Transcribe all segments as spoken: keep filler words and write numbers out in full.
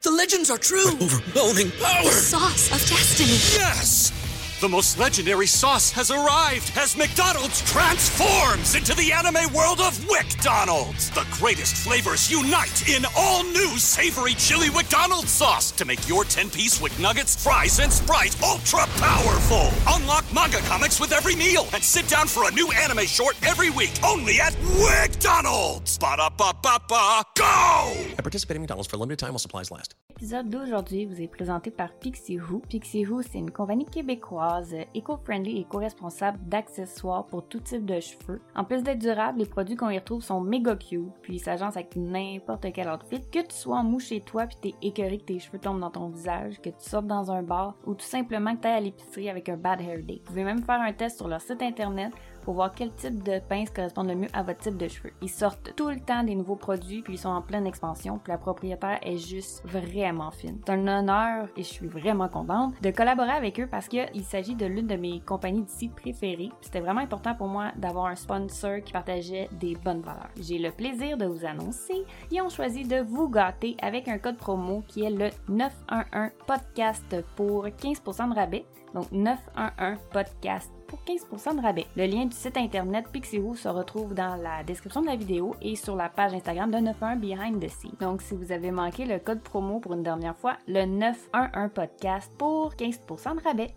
The legends are true! Overwhelming power! Sauce of destiny! Yes! The most legendary sauce has arrived as McDonald's transforms into the anime world of WickDonald's. The greatest flavors unite in all new savory chili McDonald's sauce to make your ten-piece Wick Nuggets, fries, and Sprite ultra-powerful. Unlock manga comics with every meal and sit down for a new anime short every week only at WickDonald's. Ba-da-ba-ba-ba, go! I participate in McDonald's for a limited time while supplies last. L'épisode d'aujourd'hui vous est présenté par Pixiwoo. Pixiwoo, c'est une compagnie québécoise éco-friendly et éco-responsable d'accessoires pour tout type de cheveux. En plus d'être durable, les produits qu'on y retrouve sont méga cute, puis ils s'agencent avec n'importe quel outfit. Que tu sois en mou chez toi puis t'es écœuré que tes cheveux tombent dans ton visage, que tu sortes dans un bar ou tout simplement que t'ailles à l'épicerie avec un bad hair day. Vous pouvez même faire un test sur leur site internet pour voir quel type de pince correspond le mieux à votre type de cheveux. Ils sortent tout le temps des nouveaux produits, puis ils sont en pleine expansion, puis la propriétaire est juste vraiment fine. C'est un honneur, et je suis vraiment contente, de collaborer avec eux parce qu'il s'agit de l'une de mes compagnies d'ici préférées. C'était vraiment important pour moi d'avoir un sponsor qui partageait des bonnes valeurs. J'ai le plaisir de vous annoncer qu'ils ont choisi de vous gâter avec un code promo qui est le neuf un un podcast pour quinze pour cent de rabais. Donc neuf un un podcast pour quinze pour cent de rabais. Le lien du site internet Pixiwoo se retrouve dans la description de la vidéo et sur la page Instagram de neuf un un Behind the Scenes. Donc si vous avez manqué le code promo pour une dernière fois, le neuf un un podcast pour quinze pour cent de rabais.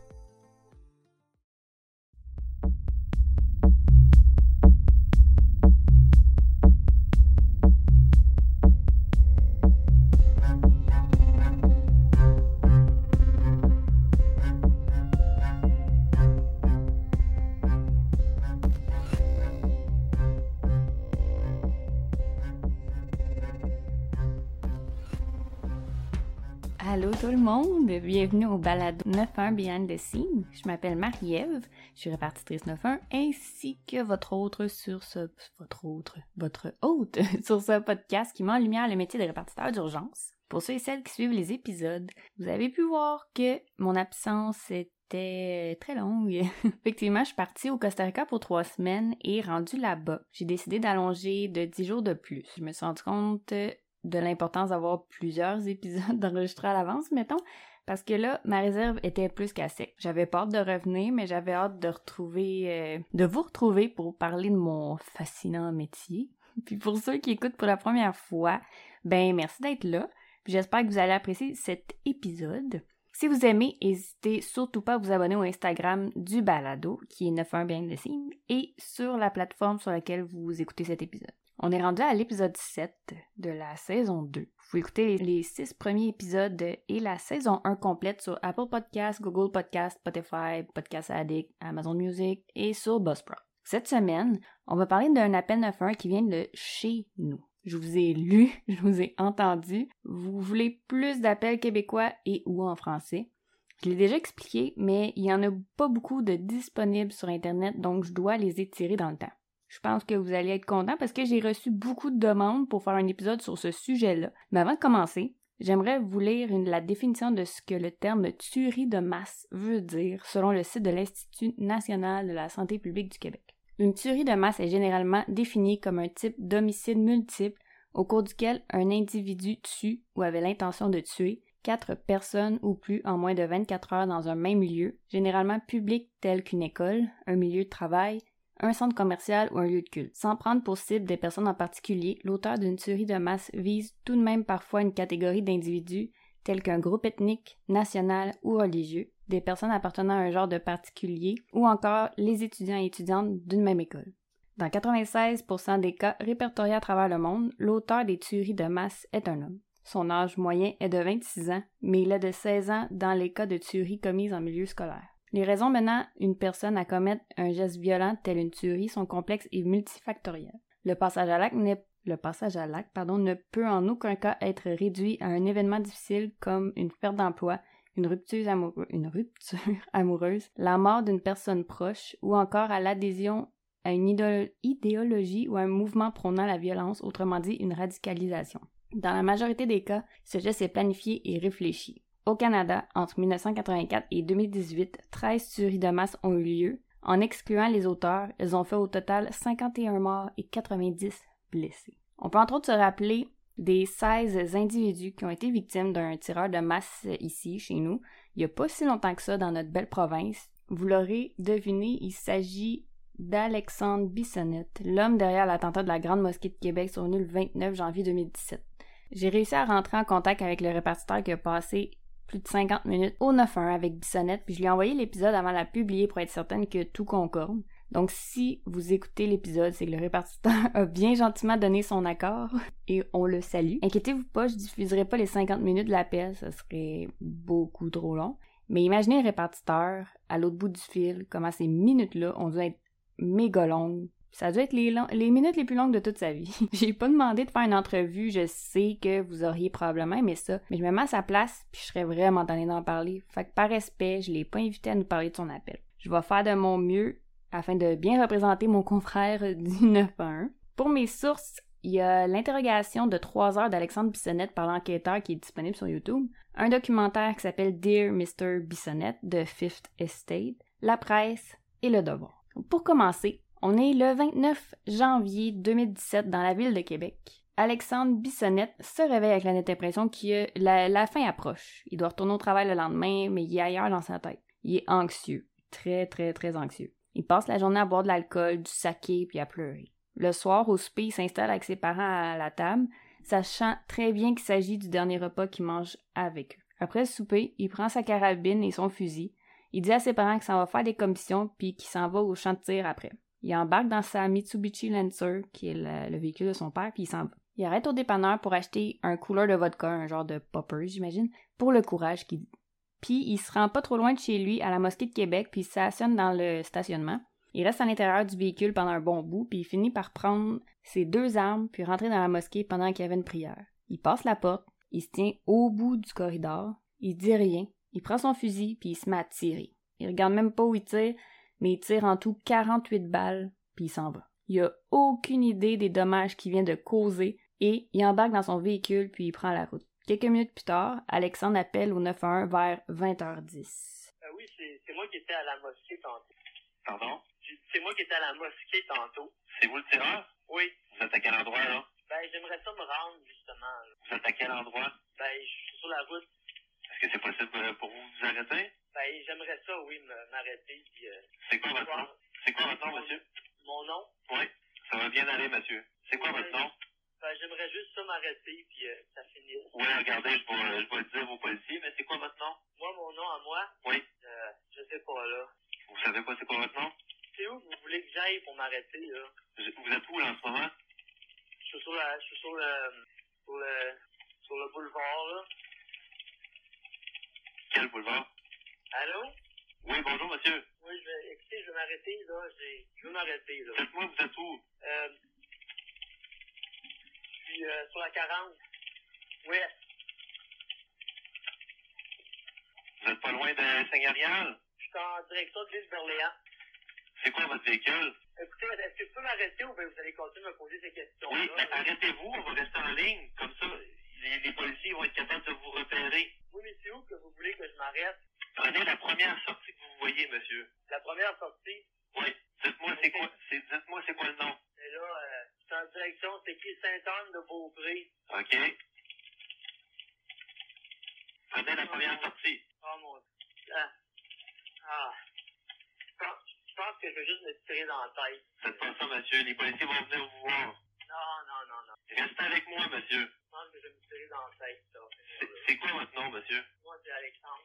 Allô tout le monde, bienvenue au balado neuf un un Behind the Scenes. Je m'appelle Marie-Ève, je suis répartitrice neuf un un ainsi que votre autre sur ce... votre autre... votre hôte sur ce podcast qui met en lumière le métier de répartiteur d'urgence. Pour ceux et celles qui suivent les épisodes, vous avez pu voir que mon absence était très longue. Effectivement, je suis partie au Costa Rica pour trois semaines et rendue là-bas, j'ai décidé d'allonger de dix jours de plus. Je me suis rendu compte de l'importance d'avoir plusieurs épisodes d'enregistrer à l'avance, mettons, parce que là, ma réserve était plus qu'à sec. J'avais pas hâte de revenir, mais j'avais hâte de retrouver, euh, de vous retrouver pour parler de mon fascinant métier. Puis pour ceux qui écoutent pour la première fois, ben merci d'être là. Puis j'espère que vous allez apprécier cet épisode. Si vous aimez, n'hésitez surtout pas à vous abonner au Instagram du balado, qui est neuf un un Behind the Scenes, et sur la plateforme sur laquelle vous écoutez cet épisode. On est rendu à l'épisode sept de la saison deux. Vous pouvez écouter les, les six premiers épisodes et la saison un complète sur Apple Podcasts, Google Podcasts, Spotify, Podcast Addict, Amazon Music et sur Buzzsprout. Cette semaine, on va parler d'un appel neuf un un qui vient de chez nous. Je vous ai lu, je vous ai entendu. Vous voulez plus d'appels québécois et ou en français. Je l'ai déjà expliqué, mais il n'y en a pas beaucoup de disponibles sur Internet, donc je dois les étirer dans le temps. Je pense que vous allez être contents parce que j'ai reçu beaucoup de demandes pour faire un épisode sur ce sujet-là. Mais avant de commencer, j'aimerais vous lire une, la définition de ce que le terme tuerie de masse veut dire selon le site de l'Institut national de la santé publique du Québec. Une tuerie de masse est généralement définie comme un type d'homicide multiple au cours duquel un individu tue ou avait l'intention de tuer quatre personnes ou plus en moins de vingt-quatre heures dans un même lieu, généralement public tel qu'une école, un milieu de travail, un centre commercial ou un lieu de culte. Sans prendre pour cible des personnes en particulier, l'auteur d'une tuerie de masse vise tout de même parfois une catégorie d'individus tels qu'un groupe ethnique, national ou religieux, des personnes appartenant à un genre de particulier ou encore les étudiants et étudiantes d'une même école. Dans quatre-vingt-seize pour cent des cas répertoriés à travers le monde, l'auteur des tueries de masse est un homme. Son âge moyen est de vingt-six ans, mais il est de seize ans dans les cas de tueries commises en milieu scolaire. Les raisons menant une personne à commettre un geste violent tel une tuerie sont complexes et multifactorielles. Le passage à l'acte n'est Le passage à l'acte, pardon, ne peut en aucun cas être réduit à un événement difficile comme une perte d'emploi, une rupture, amoureux, une rupture amoureuse, la mort d'une personne proche ou encore à l'adhésion à une idéolo- idéologie ou à un mouvement prônant la violence, autrement dit une radicalisation. Dans la majorité des cas, ce geste est planifié et réfléchi. Au Canada, entre dix-neuf cent quatre-vingt-quatre et deux mille dix-huit, treize tueries de masse ont eu lieu. En excluant les auteurs, elles ont fait au total cinquante et un morts et quatre-vingt-dix blessés. On peut entre autres se rappeler des seize individus qui ont été victimes d'un tireur de masse ici, chez nous, il n'y a pas si longtemps que ça dans notre belle province. Vous l'aurez deviné, il s'agit d'Alexandre Bissonnette, l'homme derrière l'attentat de la Grande Mosquée de Québec survenu le vingt-neuf janvier deux mille dix-sept. J'ai réussi à rentrer en contact avec le répartiteur qui a passé plus de cinquante minutes au neuf un un avec Bissonnette, puis je lui ai envoyé l'épisode avant de la publier pour être certaine que tout concorde. Donc si vous écoutez l'épisode, c'est que le répartiteur a bien gentiment donné son accord et on le salue. Inquiétez-vous pas, je diffuserai pas les cinquante minutes de l'appel, ça serait beaucoup trop long. Mais imaginez le répartiteur à l'autre bout du fil, comment ces minutes-là ont dû être méga longues. Ça a dû être les, long- les minutes les plus longues de toute sa vie. J'ai pas demandé de faire une entrevue, je sais que vous auriez probablement aimé ça, mais je me mets à sa place puis je serais vraiment tannée d'en parler. Fait que par respect, je l'ai pas invité à nous parler de son appel. Je vais faire de mon mieux afin de bien représenter mon confrère du neuf un un. Pour mes sources, il y a l'interrogation de trois heures d'Alexandre Bissonnette par l'enquêteur qui est disponible sur YouTube, un documentaire qui s'appelle Dear mister Bissonnette de Fifth Estate, La Presse et Le Devoir. Pour commencer, on est le vingt-neuf janvier deux mille dix-sept dans la ville de Québec. Alexandre Bissonnette se réveille avec la nette impression que la, la fin approche. Il doit retourner au travail le lendemain, mais il est ailleurs dans sa tête. Il est anxieux, très très très anxieux. Il passe la journée à boire de l'alcool, du saké, puis à pleurer. Le soir, au souper, il s'installe avec ses parents à la table, sachant très bien qu'il s'agit du dernier repas qu'il mange avec eux. Après le souper, il prend sa carabine et son fusil. Il dit à ses parents qu'il s'en va faire des commissions, puis qu'il s'en va au champ de tir après. Il embarque dans sa Mitsubishi Lancer, qui est le, le véhicule de son père, puis il s'en va. Il arrête au dépanneur pour acheter un cooler de vodka, un genre de poppers, j'imagine, pour le courage qu'il dit. Puis il se rend pas trop loin de chez lui, à la Mosquée de Québec, puis il stationne dans le stationnement. Il reste à l'intérieur du véhicule pendant un bon bout, puis il finit par prendre ses deux armes, puis rentrer dans la mosquée pendant qu'il y avait une prière. Il passe la porte, il se tient au bout du corridor, il dit rien, il prend son fusil, puis il se met à tirer. Il regarde même pas où il tire, mais il tire en tout quarante-huit balles, puis il s'en va. Il a aucune idée des dommages qu'il vient de causer, et il embarque dans son véhicule, puis il prend la route. Quelques minutes plus tard, Alexandre appelle au neuf un un vers vingt heures dix. Euh, oui, c'est, c'est moi qui étais à la mosquée tantôt. Pardon? J'ai- C'est moi qui étais à la mosquée tantôt. C'est vous le tireur? Oui. Vous êtes à quel endroit, là? Ben, j'aimerais ça me rendre, justement. là. Vous êtes à quel endroit? Ben, je suis sur la route. Est-ce que c'est possible euh, pour vous de vous arrêter? Ben, j'aimerais ça, oui, me- m'arrêter. Puis, euh, C'est quoi votre nom? C'est quoi votre nom, monsieur? Mon nom? Oui. Ça va bien aller, monsieur. C'est quoi votre nom? Ben, j'aimerais juste ça m'arrêter, puis euh, ça finisse. Oui, regardez, je vais, je vais le dire aux policiers, mais c'est quoi votre nom? Moi, mon nom à moi? Oui. Euh, je sais pas, là. Vous savez pas c'est quoi votre nom? C'est où que vous voulez que j'aille pour m'arrêter, là? Je- Vous êtes où, là, en ce moment? Je suis sur, la, je suis sur le, sur le, sur le boulevard, là. Quel boulevard? Allô? Oui, bonjour, monsieur. Oui, je vais, écoutez, je vais m'arrêter, là. J'ai, je veux m'arrêter, là. Dites-moi, vous êtes où? Euh, je suis euh, sur la quarante. Oui. Vous êtes pas loin de Saint-Arial? Je suis en direction de l'île d'Orléans. C'est quoi votre véhicule? Écoutez, est-ce que vous pouvez m'arrêter ou bien vous allez continuer de me poser ces questions-là? Oui, mais arrêtez-vous, on va rester en ligne. Comme ça, les, les policiers vont être capables de vous repérer. Oui, mais c'est où que vous voulez que je m'arrête? Prenez la première sortie que vous voyez, monsieur. La première sortie, Oui. Dites-moi, c'est quoi, c'est, dites-moi, c'est quoi le nom? c'est là, euh, c'est en direction, c'est écrit Sainte-Anne-de-Beaupré. OK. Prenez la première sortie. Oh mon Dieu. Ah. Ah. Je pense, je pense que je vais juste me tirer dans la tête. Faites pas ça, monsieur. Les policiers vont venir vous voir. Non, non, non, non. Restez avec moi, monsieur. Je pense que je vais me tirer dans la tête, ça. C'est, c'est quoi votre nom, monsieur? Moi, c'est Alexandre.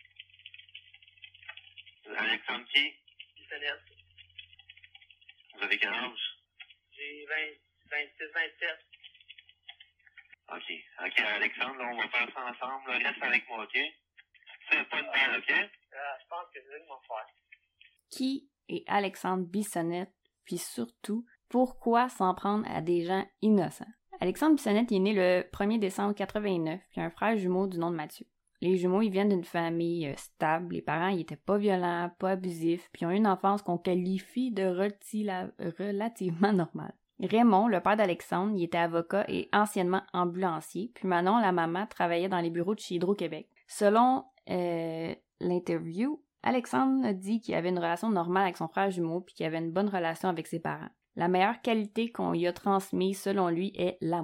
Alexandre qui? Bissonnette. Vous avez quel âge? J'ai vingt, vingt-six, vingt-sept. OK. OK, Alexandre, là, on va faire ça ensemble. Là. Reste avec moi, OK? C'est pas une balle, OK? Euh, je pense que je vais m'en faire. Qui est Alexandre Bissonnette, puis surtout, pourquoi s'en prendre à des gens innocents? Alexandre Bissonnette est né le premier décembre quatre-vingt-neuf, puis un frère jumeau du nom de Mathieu. Les jumeaux, ils viennent d'une famille euh, stable, les parents, ils étaient pas violents, pas abusifs, puis ils ont eu une enfance qu'on qualifie de retila- relativement normale. Raymond, le père d'Alexandre, il était avocat et anciennement ambulancier, puis Manon, la maman, travaillait dans les bureaux de chez Hydro-Québec. Selon euh, l'interview, Alexandre a dit qu'il avait une relation normale avec son frère jumeau puis qu'il avait une bonne relation avec ses parents. La meilleure qualité qu'on lui a transmise, selon lui, est l'amour.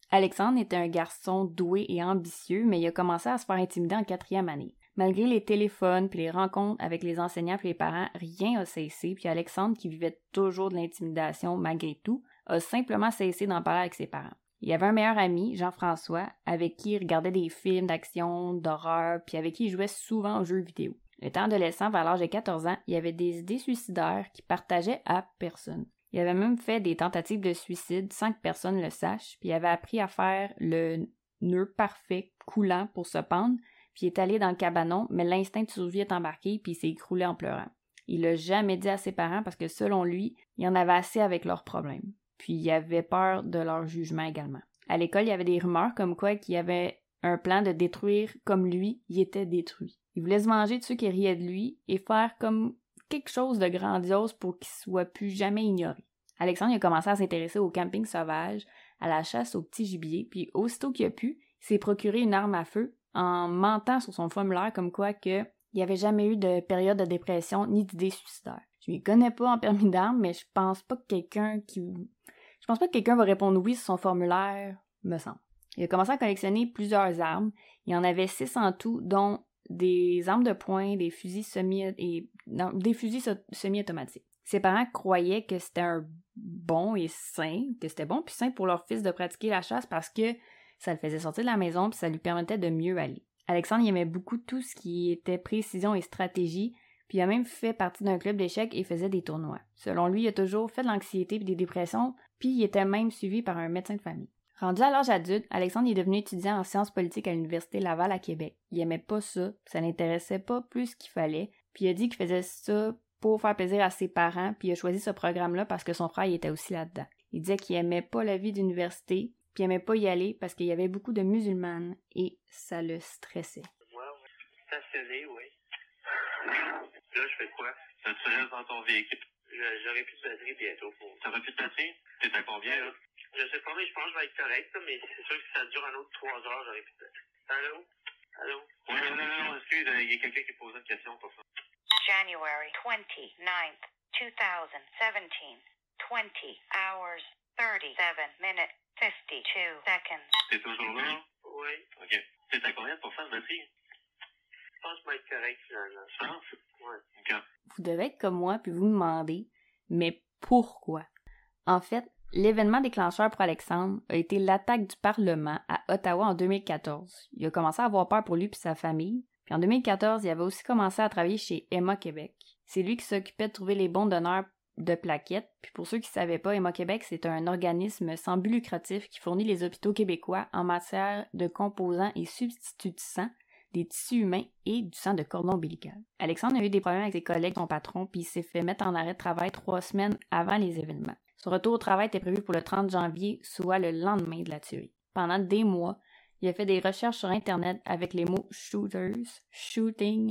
Alexandre était un garçon doué et ambitieux, mais il a commencé à se faire intimider en quatrième année. Malgré les téléphones puis les rencontres avec les enseignants puis les parents, rien n'a cessé, puis Alexandre, qui vivait toujours de l'intimidation malgré tout, a simplement cessé d'en parler avec ses parents. Il y avait un meilleur ami, Jean-François, avec qui il regardait des films d'action, d'horreur, puis avec qui il jouait souvent aux jeux vidéo. Étant adolescent, vers l'âge de quatorze ans, il avait des idées suicidaires qu'il partageait à personne. Il avait même fait des tentatives de suicide sans que personne le sache, puis il avait appris à faire le nœud parfait coulant pour se pendre, puis il est allé dans le cabanon, mais l'instinct de survie est embarqué, puis il s'est écroulé en pleurant. Il l'a jamais dit à ses parents parce que selon lui, il en avait assez avec leurs problèmes. Puis il avait peur de leur jugement également. À l'école, il y avait des rumeurs comme quoi qu'il y avait un plan de détruire comme lui, il était détruit. Il voulait se venger de ceux qui riaient de lui et faire comme quelque chose de grandiose pour qu'il soit plus jamais ignoré. Alexandre il a commencé à s'intéresser au camping sauvage, à la chasse au petit gibier, puis aussitôt qu'il a pu, il s'est procuré une arme à feu en mentant sur son formulaire comme quoi que il n'y avait jamais eu de période de dépression ni d'idées suicidaires. Je ne m'y connais pas en permis d'armes, mais je pense pas que quelqu'un qui... Je pense pas que quelqu'un va répondre oui sur son formulaire, me semble. Il a commencé à collectionner plusieurs armes. Il y en avait six en tout, dont des armes de poing, des fusils semi et non, des fusils semi-automatiques. Ses parents croyaient que c'était un bon et sain, que c'était bon puis sain pour leur fils de pratiquer la chasse parce que ça le faisait sortir de la maison puis ça lui permettait de mieux aller. Alexandre il aimait beaucoup tout ce qui était précision et stratégie, puis il a même fait partie d'un club d'échecs et faisait des tournois. Selon lui, il a toujours fait de l'anxiété et des dépressions, puis il était même suivi par un médecin de famille. Rendu à l'âge adulte, Alexandre est devenu étudiant en sciences politiques à l'Université Laval à Québec. Il aimait pas ça, ça l'intéressait pas plus qu'il fallait, puis il a dit qu'il faisait ça pour faire plaisir à ses parents, puis il a choisi ce programme-là parce que son frère il était aussi là-dedans. Il disait qu'il aimait pas la vie d'université, puis il aimait pas y aller parce qu'il y avait beaucoup de musulmanes et ça le stressait. Ouais, ouais. Stationné, oui. Là, je fais quoi? Ça te reste dans ton véhicule? J'aurai plus de batterie bientôt. Pour... T'auras plus de batterie? T'es à combien, là? Je sais pas, mais je pense que je vais être correct, là, mais c'est sûr que si ça dure un autre trois heures, j'aurai plus de batterie. Allô? Allô? Oui, non, non, non, excuse, il y a quelqu'un qui pose une question pour ça. January twenty-ninth, twenty seventeen, twenty hours, thirty-seven minutes, fifty-two seconds. T'es toujours là? Oui. OK. T'es à combien de pourcents de batterie? Je pense que je vais être correct, finalement. Je pense? Oui. OK. Vous devez être comme moi puis vous demandez, mais pourquoi? En fait, l'événement déclencheur pour Alexandre a été l'attaque du Parlement à Ottawa en deux mille quatorze. Il a commencé à avoir peur pour lui et sa famille. Puis en deux mille quatorze, il avait aussi commencé à travailler chez Emma Québec. C'est lui qui s'occupait de trouver les bons donneurs de plaquettes. Puis pour ceux qui ne savaient pas, Emma Québec, c'est un organisme sans but lucratif qui fournit les hôpitaux québécois en matière de composants et substituts de sang, des tissus humains et du sang de cordon ombilical. Alexandre a eu des problèmes avec ses collègues, son patron, puis il s'est fait mettre en arrêt de travail trois semaines avant les événements. Son retour au travail était prévu pour le trente janvier, soit le lendemain de la tuerie. Pendant des mois, il a fait des recherches sur Internet avec les mots « shooters »,« shooting »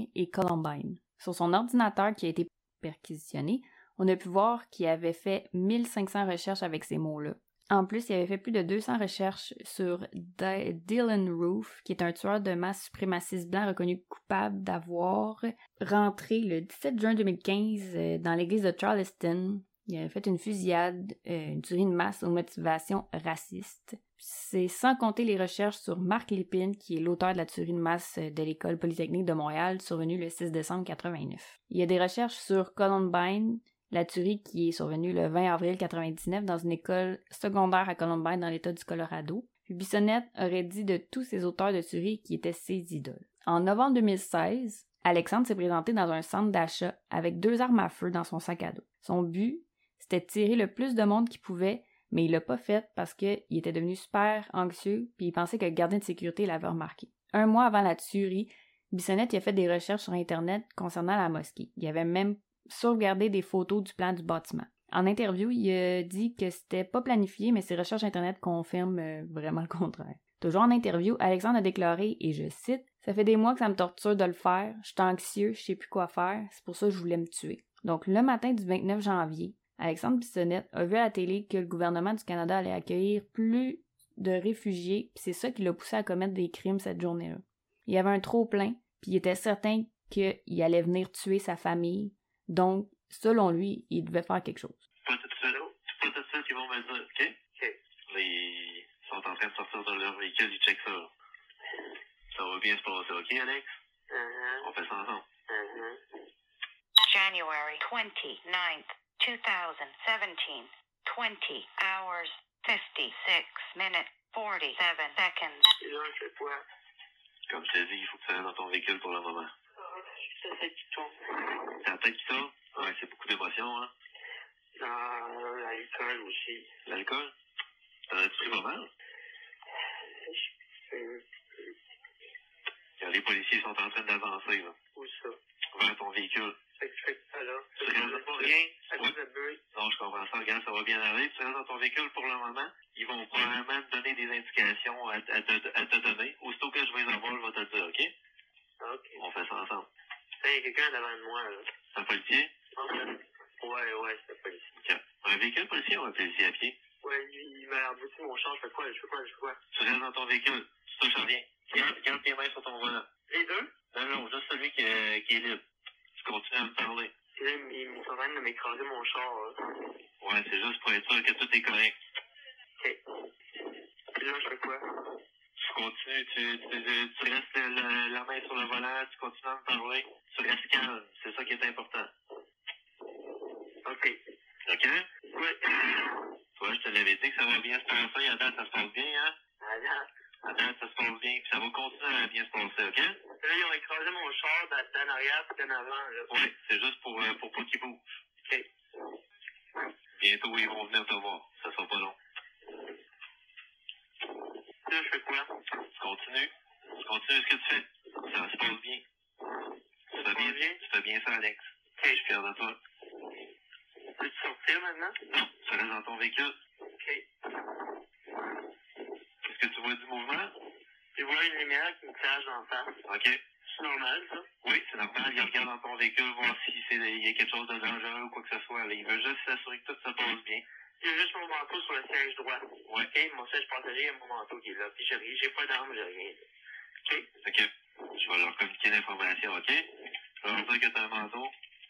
et « Columbine ». Sur son ordinateur qui a été perquisitionné, on a pu voir qu'il avait fait mille cinq cents recherches avec ces mots-là. En plus, il avait fait plus de deux cents recherches sur D- Dylan Roof, qui est un tueur de masse suprémaciste blanc reconnu coupable d'avoir rentré le dix-sept juin deux mille quinze dans l'église de Charleston. Il avait fait une fusillade, euh, une tuerie de masse aux motivations racistes. C'est sans compter les recherches sur Marc Lépine, qui est l'auteur de la tuerie de masse de l'École polytechnique de Montréal, survenue le six décembre quatre-vingt-neuf. Il y a des recherches sur Columbine, la tuerie qui est survenue le vingt avril quatre-vingt-dix-neuf dans une école secondaire à Columbine dans l'État du Colorado. Puis Bissonnette aurait dit de tous ces auteurs de tuerie qui étaient ses idoles. En novembre deux mille seize, Alexandre s'est présenté dans un centre d'achat avec deux armes à feu dans son sac à dos. Son but, c'était de tirer le plus de monde qu'il pouvait, mais il l'a pas fait parce qu'il était devenu super anxieux puis il pensait que le gardien de sécurité l'avait remarqué. Un mois avant la tuerie, Bissonnette il a fait des recherches sur Internet concernant la mosquée. Il avait même sauvegardé des photos du plan du bâtiment. En interview, il a dit que c'était pas planifié, mais ses recherches Internet confirment euh, vraiment le contraire. Toujours en interview, Alexandre a déclaré, et je cite, « Ça fait des mois que ça me torture de le faire, je suis anxieux, je sais plus quoi faire, c'est pour ça que je voulais me tuer. » Donc le matin du vingt-neuf janvier, Alexandre Bissonnette a vu à la télé que le gouvernement du Canada allait accueillir plus de réfugiés, puis c'est ça qui l'a poussé à commettre des crimes cette journée-là. Il y avait un trop-plein, puis il était certain qu'il allait venir tuer sa famille, donc, selon lui, il devait faire quelque chose. C'est pas tout ça, c'est pas tout ça qu'ils vont me dire, OK? OK. Là, ils sont en train de sortir véhicule, il check ça. Là. Ça va bien se passer, OK, Alex? Uh-huh. On fait ça ensemble. Uh-huh. January twenty-ninth, two thousand seventeen. twenty hours, fifty-six minutes, forty-seven seconds. Et là, je fais quoi? Comme je t'ai dit, il faut que tu ailles dans ton véhicule pour le moment. C'est la tête qui tourne. C'est la tête qui tourne? Ouais, c'est beaucoup d'émotions, hein? Non, l'alcool aussi. L'alcool? T'en as-tu pris pas mal? Les policiers sont en train d'avancer, là. Où ça? Vers ton véhicule. Fait que je fais ça, là. Tu Je restes- ne vois rien à cause de bruit. Non, je comprends ça. Regarde, ça va bien aller. Tu restes dans ton véhicule pour le moment. Ils vont probablement te donner des indications à, à, te, à te donner. Aussitôt que je vais les avoir, je vais te le dire, OK? OK. On fait ça ensemble. Il y a quelqu'un devant de moi, là. C'est un policier? En fait, ouais, ouais, c'est pas ici. OK. Un véhicule policier ou un policier à pied? Ouais, il, il m'a embouti mon char. Je fais quoi? Je fais quoi? Je fais quoi? Tu restes dans ton véhicule. Tu touches à rien. Garde, garde tes mains sur ton volant. Les deux? Non, non, juste celui qui, est- qui est libre. Tu continues à me parler. Et là, ils ils sont en train de m'écraser mon char, là. Ouais, c'est juste pour être sûr que tout est correct. OK. Et là, je fais quoi? Tu continues, tu, tu, tu, tu restes la, la main sur le volant, tu continues à me parler. Tu restes calme. C'est ça qui est important. OK. OK? Oui. Toi, je te l'avais dit que ça va bien se passer. À date, ça se passe bien, hein? Alors, À date, ça se passe bien. Puis ça va continuer à bien se passer, OK? là, ils ont écrasé mon char d'en arrière puis d'en avant, là. Oui, c'est juste pour, euh, pour pas qu'il bouge. OK. Bientôt, ils vont venir te voir. Ça sera pas long. Là, je fais quoi? Tu continues. Tu continues ce que tu fais. Ça se passe bien. Tu fais bien, bien? tu fais bien ça, Alex. OK. Je suis fier de toi. Peux-tu sortir maintenant? Non, tu restes dans ton véhicule. OK. Est-ce que tu vois du mouvement? Je vois une lumière qui me flash dans le face. OK. C'est normal, ça? Oui, c'est normal. Il regarde dans ton véhicule, voir si c'est, il y a quelque chose de dangereux ou quoi que ce soit. Là. Il veut juste s'assurer que tout se passe bien. J'ai juste mon manteau sur le siège droit. Ouais. OK? Mon siège passager, il y a mon manteau qui est là. Puis j'ai rien. J'ai pas d'arme, j'ai rien. OK? OK. Je vais leur communiquer l'information, OK? Je vais leur dire que t'as un manteau.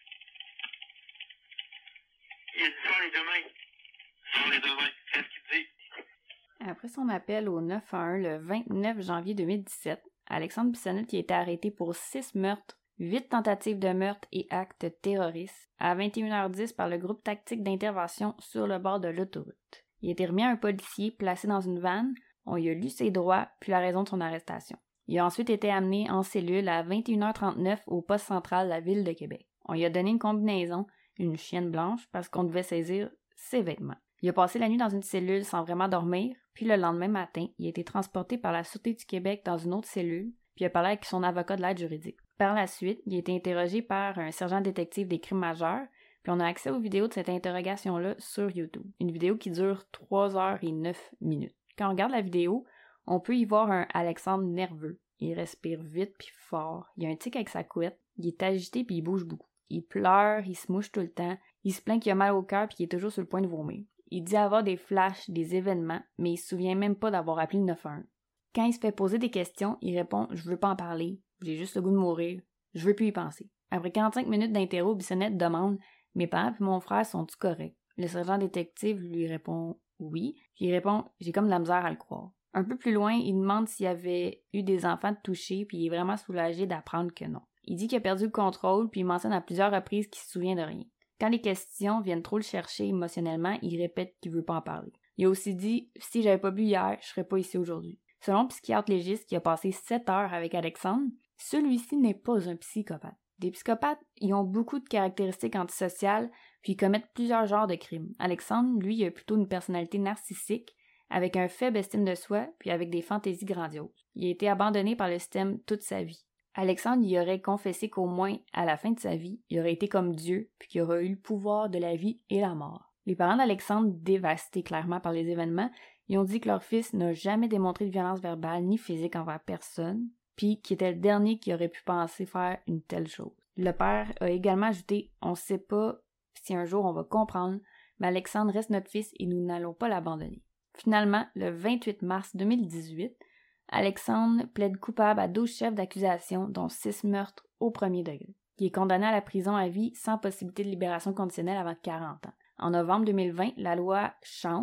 Il a dit ça les deux mains. Sur les deux mains. Qu'est-ce qu'il dit? Après son appel au neuf un un le vingt-neuf janvier deux mille dix-sept, Alexandre Bissonnette y a été arrêté pour six meurtres, huit tentatives de meurtre et actes terroristes à vingt et une heures dix par le groupe tactique d'intervention sur le bord de l'autoroute. Il a été remis à un policier placé dans une vanne, on y a lu ses droits puis la raison de son arrestation. Il a ensuite été amené en cellule à vingt et une heures trente-neuf au poste central de la ville de Québec. On lui a donné une combinaison, une chienne blanche, parce qu'on devait saisir ses vêtements. Il a passé la nuit dans une cellule sans vraiment dormir, puis le lendemain matin, il a été transporté par la Sûreté du Québec dans une autre cellule, puis il a parlé avec son avocat de l'aide juridique. Par la suite, il a été interrogé par un sergent détective des crimes majeurs, puis on a accès aux vidéos de cette interrogation-là sur YouTube. Une vidéo qui dure trois heures et neuf minutes. Quand on regarde la vidéo, on peut y voir un Alexandre nerveux. Il respire vite puis fort, il a un tic avec sa couette, il est agité puis il bouge beaucoup. Il pleure, il se mouche tout le temps, il se plaint qu'il a mal au cœur puis qu'il est toujours sur le point de vomir. Il dit avoir des flashs, des événements, mais il se souvient même pas d'avoir appelé le neuf un un. Quand il se fait poser des questions, il répond « Je veux pas en parler, j'ai juste le goût de mourir, je veux plus y penser ». Après quarante-cinq minutes d'interro, Bissonnette demande « Mes parents et mon frère sont-ils corrects ?» Le sergent détective lui répond « Oui », puis il répond « J'ai comme de la misère à le croire ». Un peu plus loin, il demande s'il y avait eu des enfants touchés, puis il est vraiment soulagé d'apprendre que non. Il dit qu'il a perdu le contrôle, puis il mentionne à plusieurs reprises qu'il se souvient de rien. Quand les questions viennent trop le chercher émotionnellement, il répète qu'il veut pas en parler. Il a aussi dit « Si j'avais pas bu hier, je serais pas ici aujourd'hui ». Selon le psychiatre légiste qui a passé sept heures avec Alexandre, celui-ci n'est pas un psychopathe. Des psychopathes, ils ont beaucoup de caractéristiques antisociales, puis ils commettent plusieurs genres de crimes. Alexandre, lui, il a plutôt une personnalité narcissique, avec un faible estime de soi, puis avec des fantaisies grandioses. Il a été abandonné par le système toute sa vie. Alexandre y aurait confessé qu'au moins, à la fin de sa vie, il aurait été comme Dieu, puis qu'il aurait eu le pouvoir de la vie et la mort. Les parents d'Alexandre, dévastés clairement par les événements, ils ont dit que leur fils n'a jamais démontré de violence verbale ni physique envers personne, puis qu'il était le dernier qui aurait pu penser faire une telle chose. Le père a également ajouté « On ne sait pas si un jour on va comprendre, mais Alexandre reste notre fils et nous n'allons pas l'abandonner. » Finalement, le vingt-huit mars deux mille dix-huit, Alexandre plaide coupable à douze chefs d'accusation, dont six meurtres au premier degré. Il est condamné à la prison à vie sans possibilité de libération conditionnelle avant quarante ans. En novembre deux mille vingt, la loi change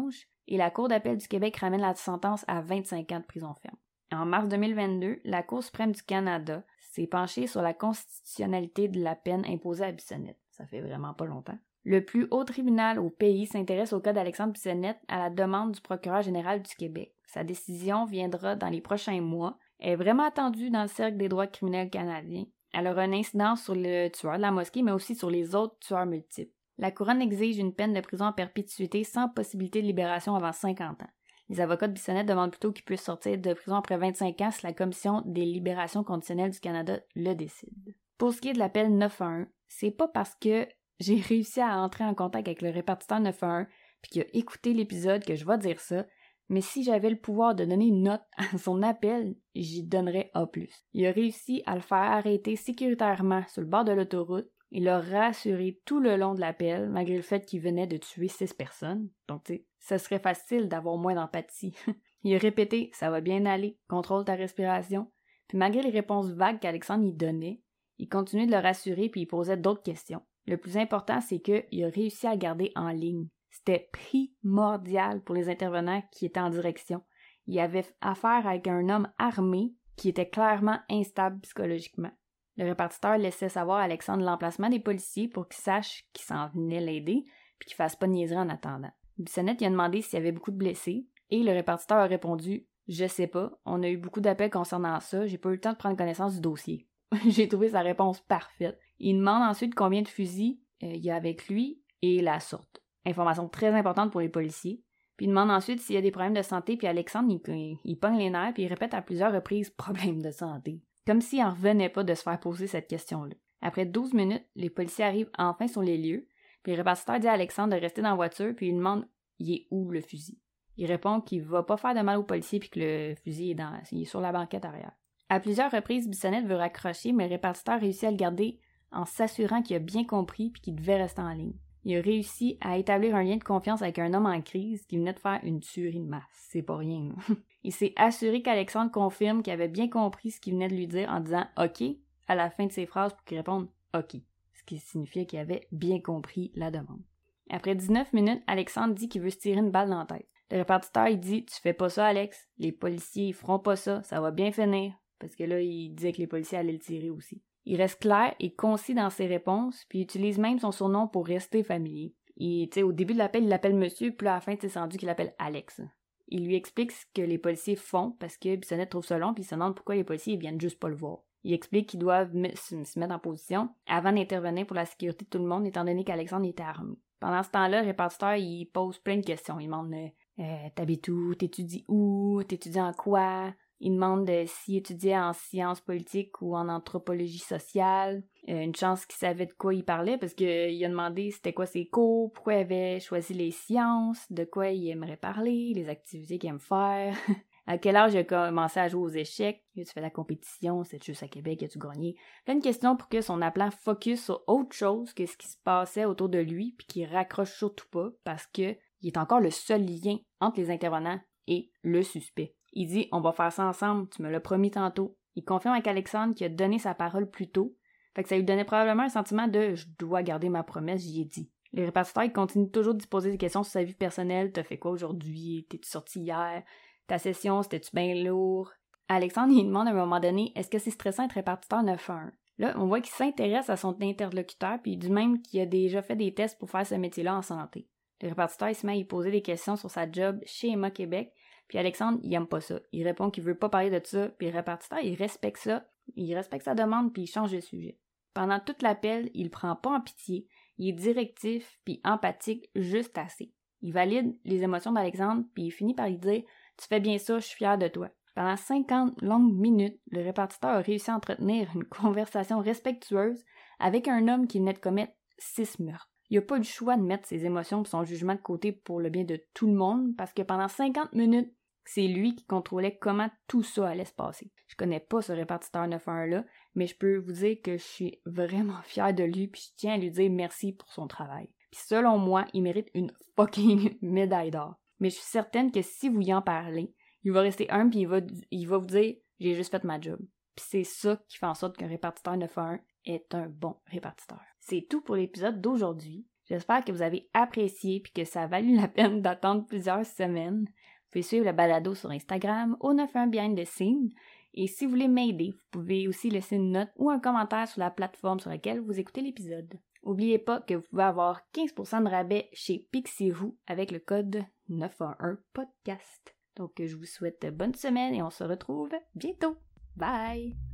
et la Cour d'appel du Québec ramène la sentence à vingt-cinq ans de prison ferme. En mars deux mille vingt-deux, la Cour suprême du Canada s'est penchée sur la constitutionnalité de la peine imposée à Bissonnette. Ça fait vraiment pas longtemps. Le plus haut tribunal au pays s'intéresse au cas d'Alexandre Bissonnette à la demande du procureur général du Québec. Sa décision viendra dans les prochains mois. Elle est vraiment attendue dans le cercle des droits criminels canadiens. Elle aura une incidence sur le tueur de la mosquée, mais aussi sur les autres tueurs multiples. La couronne exige une peine de prison à perpétuité sans possibilité de libération avant cinquante ans. Les avocats de Bissonnette demandent plutôt qu'il puisse sortir de prison après vingt-cinq ans si la Commission des libérations conditionnelles du Canada le décide. Pour ce qui est de l'appel neuf un un, c'est pas parce que j'ai réussi à entrer en contact avec le répartiteur neuf un un puis qu'il a écouté l'épisode que je vais dire ça, mais si j'avais le pouvoir de donner une note à son appel, j'y donnerais A plus. Il a réussi à le faire arrêter sécuritairement sur le bord de l'autoroute. Il l'a rassuré tout le long de l'appel, malgré le fait qu'il venait de tuer six personnes. Donc, tu sais, ça serait facile d'avoir moins d'empathie. Il a répété « ça va bien aller, contrôle ta respiration ». Puis malgré les réponses vagues qu'Alexandre y donnait, il continuait de le rassurer puis il posait d'autres questions. Le plus important, c'est qu'il a réussi à le garder en ligne. C'était primordial pour les intervenants qui étaient en direction. Il avait affaire avec un homme armé qui était clairement instable psychologiquement. Le répartiteur laissait savoir à Alexandre l'emplacement des policiers pour qu'il sache qu'il s'en venait l'aider puis qu'il fasse pas de niaiserie en attendant. Bissonnette lui a demandé s'il y avait beaucoup de blessés et le répartiteur a répondu « Je sais pas, on a eu beaucoup d'appels concernant ça, j'ai pas eu le temps de prendre connaissance du dossier. » J'ai trouvé sa réponse parfaite. Il demande ensuite combien de fusils euh, il y a avec lui et la sorte. Information très importante pour les policiers. Puis il demande ensuite s'il y a des problèmes de santé, puis Alexandre, il, il pogne les nerfs, puis il répète à plusieurs reprises « problème de santé ». Comme s'il en revenait pas de se faire poser cette question-là. Après douze minutes, les policiers arrivent enfin sur les lieux, puis le répartiteur dit à Alexandre de rester dans la voiture, puis il demande « il est où le fusil ?» Il répond qu'il va pas faire de mal aux policiers, puis que le fusil est, dans, il est sur la banquette arrière. À plusieurs reprises, Bissonnette veut raccrocher, mais le répartiteur réussit à le garder en s'assurant qu'il a bien compris puis qu'il devait rester en ligne. Il a réussi à établir un lien de confiance avec un homme en crise qui venait de faire une tuerie de masse. C'est pas rien, là. Il s'est assuré qu'Alexandre confirme qu'il avait bien compris ce qu'il venait de lui dire en disant « OK » à la fin de ses phrases pour qu'il réponde « OK », ce qui signifiait qu'il avait bien compris la demande. Après dix-neuf minutes, Alexandre dit qu'il veut se tirer une balle dans la tête. Le répartiteur, il dit « Tu fais pas ça, Alex. Les policiers, ils feront pas ça. Ça va bien finir. » Parce que là, il disait que les policiers allaient le tirer aussi. Il reste clair et concis dans ses réponses, puis il utilise même son surnom pour rester familier. Et, tu sais, au début de l'appel, il l'appelle monsieur, puis là, à la fin, c'est rendu qu'il l'appelle Alex. Il lui explique ce que les policiers font, parce que Bissonnette trouve ça long, puis il se demande pourquoi les policiers ils viennent juste pas le voir. Il explique qu'ils doivent me- se mettre en position avant d'intervenir pour la sécurité de tout le monde, étant donné qu'Alexandre était armé. Pendant ce temps-là, le répartiteur, il pose plein de questions. Il demande euh, « T'habites où? T'étudies où? T'étudies en quoi? » Il demande euh, s'il étudiait en sciences politiques ou en anthropologie sociale. Euh, une chance qu'il savait de quoi il parlait parce qu'il a demandé c'était quoi ses cours, pourquoi il avait choisi les sciences, de quoi il aimerait parler, les activités qu'il aime faire. À quel âge il a commencé à jouer aux échecs? Il a-tu fait la compétition? C'est juste à Québec? As-tu gagné? Plein de questions pour que son appelant focus sur autre chose que ce qui se passait autour de lui puis qu'il raccroche surtout pas parce que il est encore le seul lien entre les intervenants et le suspect. Il dit « On va faire ça ensemble, tu me l'as promis tantôt ». Il confirme avec Alexandre qu'il a donné sa parole plus tôt, fait que ça lui donnait probablement un sentiment de « Je dois garder ma promesse, j'y ai dit ». Les répartiteurs, ils continuent toujours de se poser des questions sur sa vie personnelle. « T'as fait quoi aujourd'hui? T'es-tu sorti hier? Ta session, c'était-tu bien lourd? » Alexandre, il demande à un moment donné « Est-ce que c'est stressant être répartiteur neuf un un? » Là, on voit qu'il s'intéresse à son interlocuteur, puis du même qu'il a déjà fait des tests pour faire ce métier-là en santé. Le répartiteur, il se met à y poser des questions sur sa job chez Emma Québec. Puis Alexandre, il aime pas ça. Il répond qu'il veut pas parler de ça, puis le répartiteur, il respecte ça, il respecte sa demande, puis il change de sujet. Pendant toute l'appel, il prend pas en pitié, il est directif, puis empathique juste assez. Il valide les émotions d'Alexandre, puis il finit par lui dire « Tu fais bien ça, je suis fier de toi ». Pendant cinquante longues minutes, le répartiteur a réussi à entretenir une conversation respectueuse avec un homme qui venait de commettre six meurtres. Il n'a pas eu le choix de mettre ses émotions et son jugement de côté pour le bien de tout le monde, parce que pendant cinquante minutes, c'est lui qui contrôlait comment tout ça allait se passer. Je connais pas ce répartiteur neuf un un-là, mais je peux vous dire que je suis vraiment fière de lui, puis je tiens à lui dire merci pour son travail. Puis selon moi, il mérite une fucking médaille d'or. Mais je suis certaine que si vous y en parlez, il va rester humble, puis il va, il va vous dire « J'ai juste fait ma job ». Puis c'est ça qui fait en sorte qu'un répartiteur neuf un un est un bon répartiteur. C'est tout pour l'épisode d'aujourd'hui. J'espère que vous avez apprécié et que ça a valu la peine d'attendre plusieurs semaines. Vous pouvez suivre le balado sur Instagram au neuf un Behind the Scene. Et si vous voulez m'aider, vous pouvez aussi laisser une note ou un commentaire sur la plateforme sur laquelle vous écoutez l'épisode. N'oubliez pas que vous pouvez avoir quinze pour cent de rabais chez Pixiroo avec le code neuf un un podcast. Donc je vous souhaite bonne semaine et on se retrouve bientôt. Bye!